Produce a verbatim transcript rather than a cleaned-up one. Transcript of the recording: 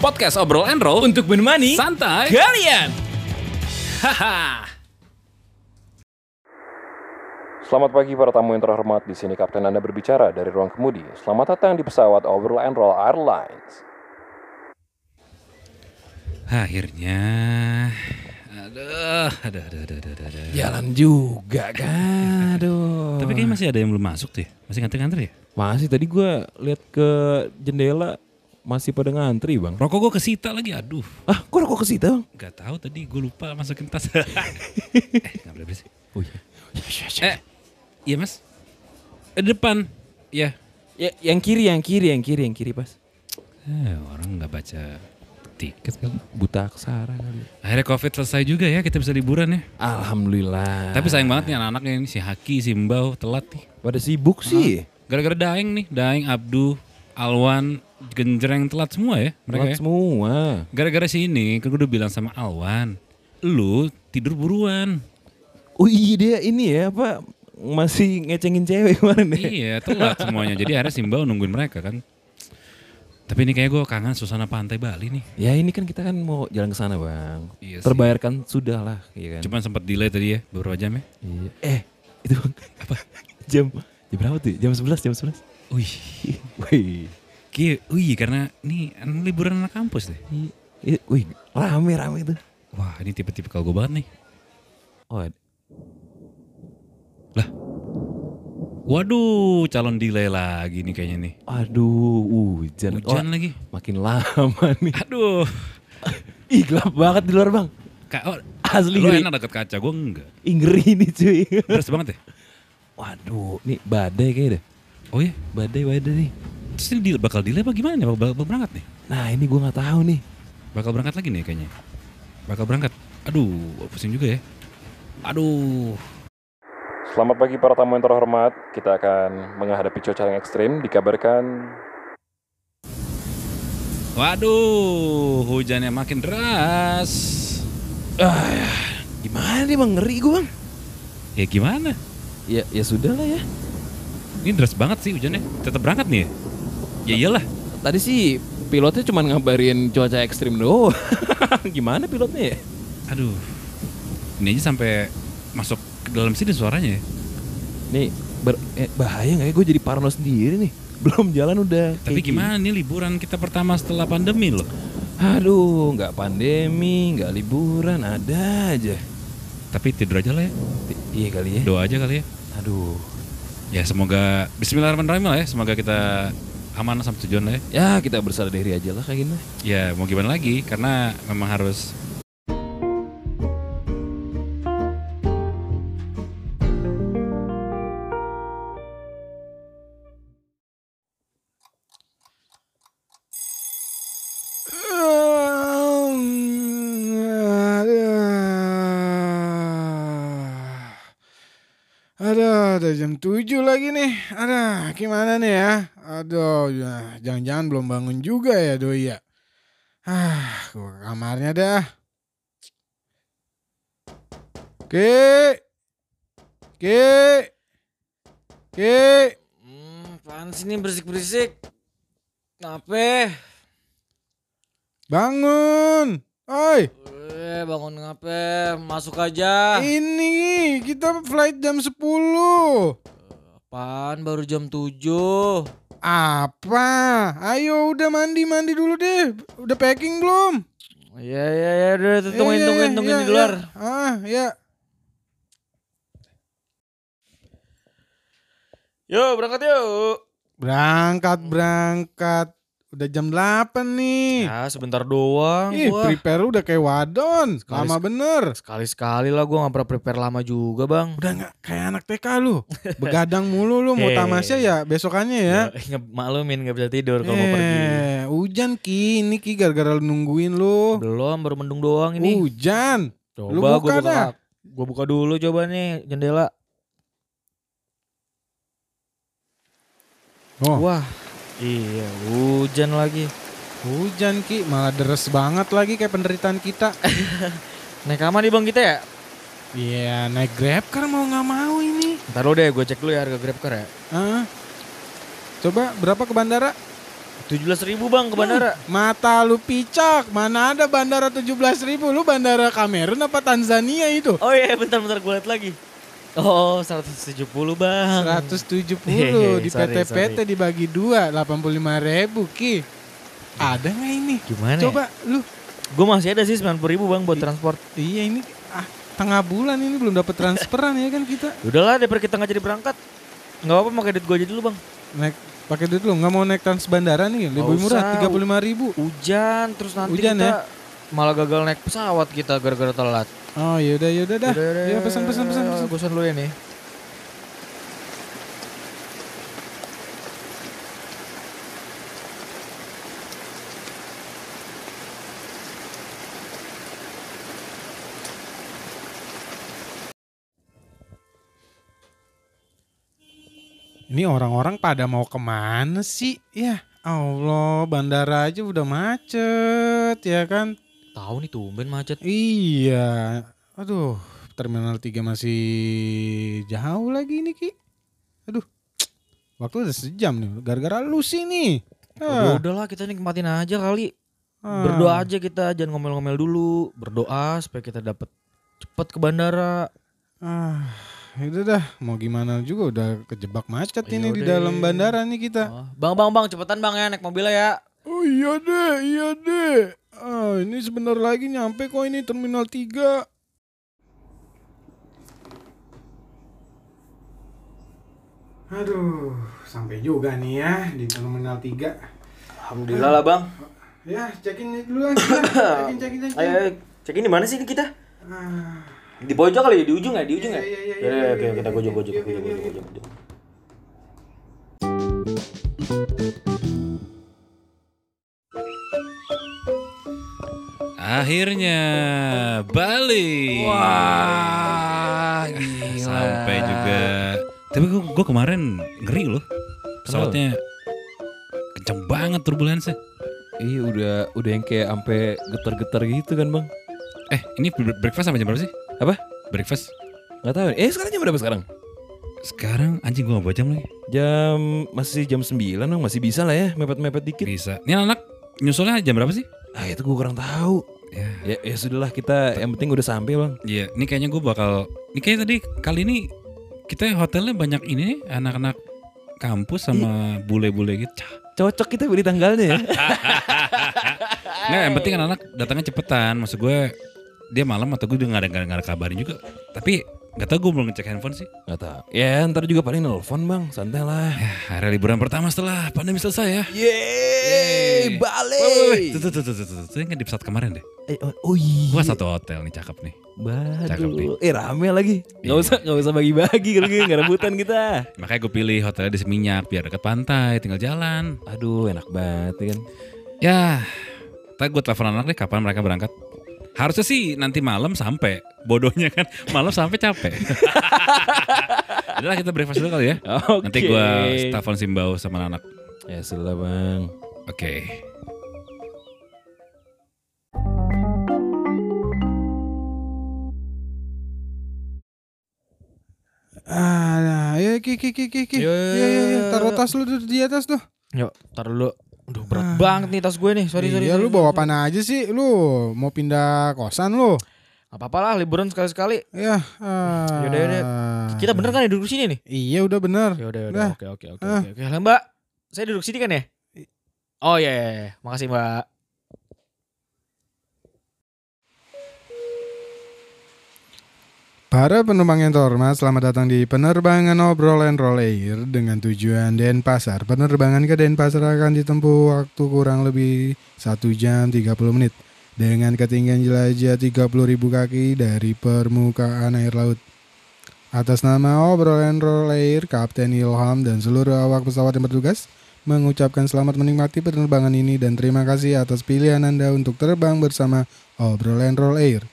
Podcast Obrol and Roll untuk menemani santai kalian. Haha. Selamat pagi para tamu yang terhormat. Di sini Kapten Anda berbicara dari ruang kemudi. Selamat datang di pesawat Obrol and Roll Airlines. Akhirnya, aduh, aduh, aduh, aduh, aduh, aduh. Jalan juga kan, aduh. Tapi kayaknya masih ada yang belum masuk tuh ya? Masih ngantri-ngantri ya? Masih, tadi gue lihat ke jendela masih pada ngantri bang. Rokok gue kesita lagi, aduh. Ah, kok rokok ke situ bang? Gak tahu tadi gue lupa masukin tas. eh, gak boleh berisik. Oh iya. Eh, iya mas. Eh, depan, ya. Ya, yang kiri, yang kiri, yang kiri, yang kiri pas. Eh, orang gak baca tiket kali. Buta aksara kali. Akhirnya Covid selesai juga ya, kita bisa liburan ya. Alhamdulillah. Tapi sayang banget nih anak-anaknya ini, si Haki, si Mbau, telat nih. Pada sibuk sih. Gara-gara Daeng nih, Daeng, Abdu, Alwan, Genjreng telat semua ya mereka Telat ya. semua. Gara-gara sini, kan gue udah bilang sama Alwan, lu tidur buruan. Oh iya dia ini ya apa masih ngecengin cewek kemarin ya. Iya, telat semuanya. Jadi akhirnya si Mbau nungguin mereka kan. Tapi ini kayak gue kangen suasana pantai Bali nih. Ya ini kan kita kan mau jalan ke sana bang. Iya sih. Terbayarkan sudah lah, iya kan. Cuman sempat delay tadi ya, beberapa jam ya. Iya. Eh itu bang apa? Jam jam berapa tuh? Jam sebelas, jam sebelas. Wih, Wih. Ki, wih karena ini liburan anak kampus deh. Iya, wih, rame-rame tuh. Wah ini tipe-tipe kalau gue banget nih. Oh, ad- Lah, waduh calon delay lagi nih kayaknya nih. aduh, hujan. Hujan Wah, lagi. makin lama nih. Aduh. Ih, gelap banget di luar bang. Kak, oh, Asli lu ngeri. enak deket kaca, gue enggak. Ih, ngeri nih cuy. Deras banget ya? Waduh, nih badai kayaknya deh. Oh iya? Badai, badai nih. Terus ini deal, bakal delay apa gimana nih? Bakal, bakal berangkat nih? Nah ini gue gak tahu nih. Bakal berangkat lagi nih kayaknya. Bakal berangkat. Aduh, pusing juga ya. Aduh. Selamat pagi para tamu yang terhormat. Kita akan menghadapi cuaca yang ekstrim. Dikabarkan Waduh, hujannya makin deras. Ah, gimana nih bang, ngeri gue bang. Ya gimana? Ya, ya sudah lah ya. Ini deras banget sih hujannya. Tetap berangkat nih ya? Ya iyalah. Tadi sih pilotnya cuma ngabarin cuaca ekstrim doang. Gimana pilotnya ya? Aduh. Ini aja sampai masuk ke dalam sini suaranya ya. Nih ber, eh, bahaya gak ya, gue jadi parno sendiri nih. Belum jalan udah Tapi kayak gimana nih liburan kita pertama setelah pandemi loh. Aduh, gak pandemi, gak liburan, ada aja. Tapi tidur aja lah ya. Ti- Iya kali ya. Doa aja kali ya. Aduh. Ya semoga Bismillahirrahmanirrahim lah ya. Semoga kita aman sampai tujuan lah ya. Ya kita berserah diri aja lah kayak gini. Ya mau gimana lagi karena memang harus. Aduh, udah jam tujuh lagi nih. Aduh, gimana nih ya? Aduh, ya, jangan-jangan belum bangun juga ya doi ya. Ah, gua ke kamarnya dah. Ki. Ki. Ki. Hmm, apaan sih ini berisik-berisik? Kenapa? Bangun. Oi, Eh, bangun ngapa? Masuk aja. ini kita flight jam sepuluh. Apaan baru jam tujuh? Apa? Ayo udah mandi-mandi dulu deh. Udah packing belum? Iya, iya, iya, udah tuh, tungguin, Iya, tungguin, iya, tungguin iya, di luar. iya. Ah, ya. Yuk, berangkat yuk. Berangkat, berangkat. Udah jam delapan nih. Ya, sebentar doang Ih, gua. prepare udah kayak wadon. Sekali- Lama bener. Sekali-sekali lah gua gak pernah prepare lama juga, Bang. Udah gak kayak anak T K lu. Begadang mulu lu. Mau Eh. tamasya ya besokannya ya. Ya, maklumin gak bisa tidur kalau mau pergi. Eh, hujan Ki. Ini Ki gara-gara lu nungguin lu. Belum, baru mendung doang ini. Hujan. Coba lu gua buka buka, dah. gua buka dulu coba nih jendela. Oh, Wah, iya hujan lagi. hujan Ki. Malah deres banget lagi kayak penderitaan kita. Naik kamar nih bang kita ya? Iya, naik Grabcar mau gak mau ini. Ntar lo deh gue cek dulu ya harga Grabcar ya. Ah. Coba berapa ke bandara? tujuh belas ribu bang ke bandara. Mata lu picak, mana ada bandara tujuh belas ribu, lu bandara Kamerun apa Tanzania itu? Oh iya bentar-bentar gue liat lagi. Oh seratus tujuh puluh bang. seratus tujuh puluh di Sorry, P T P T sorry. dibagi dua, delapan puluh lima ribu Ki. Ada gak ini? Gimana Coba lu. Gue masih ada sih sembilan puluh ribu bang buat transport. Iya ini ah, tengah bulan ini belum dapat transferan ya kan kita. Udahlah daripada kita gak jadi berangkat. Gak apa-apa pakai duit gue aja dulu bang. Naik pakai duit lu, nggak mau naik trans bandara nih, lebih Nggak murah usah. tiga puluh lima ribu. Hujan terus nanti Hujan kita ya? malah gagal naik pesawat kita gara-gara telat. Oh yaudah yaudah dah. Yaudah, yaudah, Ya pesan pesan pesan. pesan. Gue pesan dulu ya nih. Ini orang-orang pada mau kemana sih? Ya Allah, bandara aja udah macet ya kan? Tahu nih tumben macet. Iya. Aduh, Terminal tiga masih jauh lagi nih Ki. Aduh, waktu udah sejam nih, gara-gara lu sih nih. Udah Ah, udahlah kita nikmatin aja kali. ah. Berdoa aja kita, jangan ngomel-ngomel dulu. Berdoa supaya kita dapat cepet ke bandara. Ah, yaudah dah, mau gimana juga udah kejebak macet ini di Yaudah. dalam bandara nih kita. Oh, Bang, bang, bang, cepetan bang ya naik mobilnya ya. Oh iya deh, iya deh. Ah, ini sebentar lagi nyampe kok ini Terminal tiga. Aduh, sampai juga nih ya di Terminal tiga. Alhamdulillah lah bang. Ya, check-in dulu lah. Check-in, check-in, check-in. Ayo, ayo, cek ini mana sih ini kita? Ah, Di pojok kali ya, di ujung ya, di ujung Iya, ya. iya, iya, Ya, iya, ya, oke, iya, kita iya, gojok, iya, gojok, iya, gojok, iya, gojok, iya. gojok, gojok. Akhirnya balik. Wah, gila. Sampai juga. Tapi gue, gue kemarin ngeri loh. Pesawatnya kenceng banget turbulensinya. Iya udah udah yang kayak sampai getar-getar gitu kan bang. Eh, ini bre- breakfast sampai jam berapa sih? Apa? Breakfast. Nggak tahu. Eh sekarang jam berapa sekarang? Sekarang anjing gue gak bawa jam lagi. Jam masih jam sembilan bang, masih bisa lah ya mepet-mepet dikit. Bisa. Ini anak nyusulnya jam berapa sih? Ah itu gue kurang tahu. Ya. Ya, ya sudahlah kita yang penting udah sampai bang. Iya, ini kayaknya gue bakal. Ini kayaknya tadi kali ini kita hotelnya banyak ini nih, anak-anak kampus sama bule-bule gitu. Cah. Cocok kita beli tanggalnya ya. Nggak, yang penting anak-anak datangnya cepetan. Maksud gue dia malam atau gue udah nggak ada nggak ada kabarin juga. Tapi nggak tahu gue belum ngecek handphone sih. Nggak tahu. Ya ntar juga paling nelfon bang, santai lah. Ya, hari liburan pertama setelah pandemi selesai ya. Yeay, Wih, balik. Tuh, tuh, tuh, tuh, tuh, tuh, tuh, yang di pesawat kemarin deh. Eh, oh, oh iya. Gua satu hotel nih, cakep nih. Cakep nih. Baduh. Eh rame lagi. Gak Iya. usah gak usah bagi-bagi kalau gitu nggak rebutan kita. Makanya gue pilih hotelnya di Seminyak biar dekat pantai, tinggal jalan. Aduh enak banget ya kan. Ya, tak gue telepon anak deh kapan mereka berangkat. Harusnya sih nanti malam sampai. Bodohnya kan malam sampai capek. Adalah kita breakfast dulu kali ya. Oke. Nanti gue telepon Simbau sama anak. Ya sudah bang. Oke. Ah, ya Ki Ki Ki Ki Ki. Yo, yo, Iya iya iya, yo, taruh yo. tas lu tuh di atas tuh. Yuk, tar dulu. Aduh berat Ah. banget nih tas gue nih. Sorry, sorry. Iya, sorry, lu bawa sorry. apa aja sih? Lu mau pindah kosan lu? Gak apa-apa lah, liburan sekali-sekali. Ya. Ah. Yaudah, yaudah. Kita bener kan ya duduk sini nih? Iya udah bener. Ya udah, Udah. udah. Oke, oke, oke, Ah. oke. Oke, lah, Mbak. Saya duduk sini kan ya? Oh iya, iya, iya. Makasih, Mbak. Para penumpang yang terhormat, selamat datang di penerbangan Obrol and Roll Air dengan tujuan Denpasar. Penerbangan ke Denpasar akan ditempuh waktu kurang lebih satu jam tiga puluh menit dengan ketinggian jelajah tiga puluh ribu kaki dari permukaan air laut. Atas nama Obrol and Roll Air, Kapten Ilham dan seluruh awak pesawat yang bertugas mengucapkan selamat menikmati penerbangan ini dan terima kasih atas pilihan Anda untuk terbang bersama Obrol and Roll Air.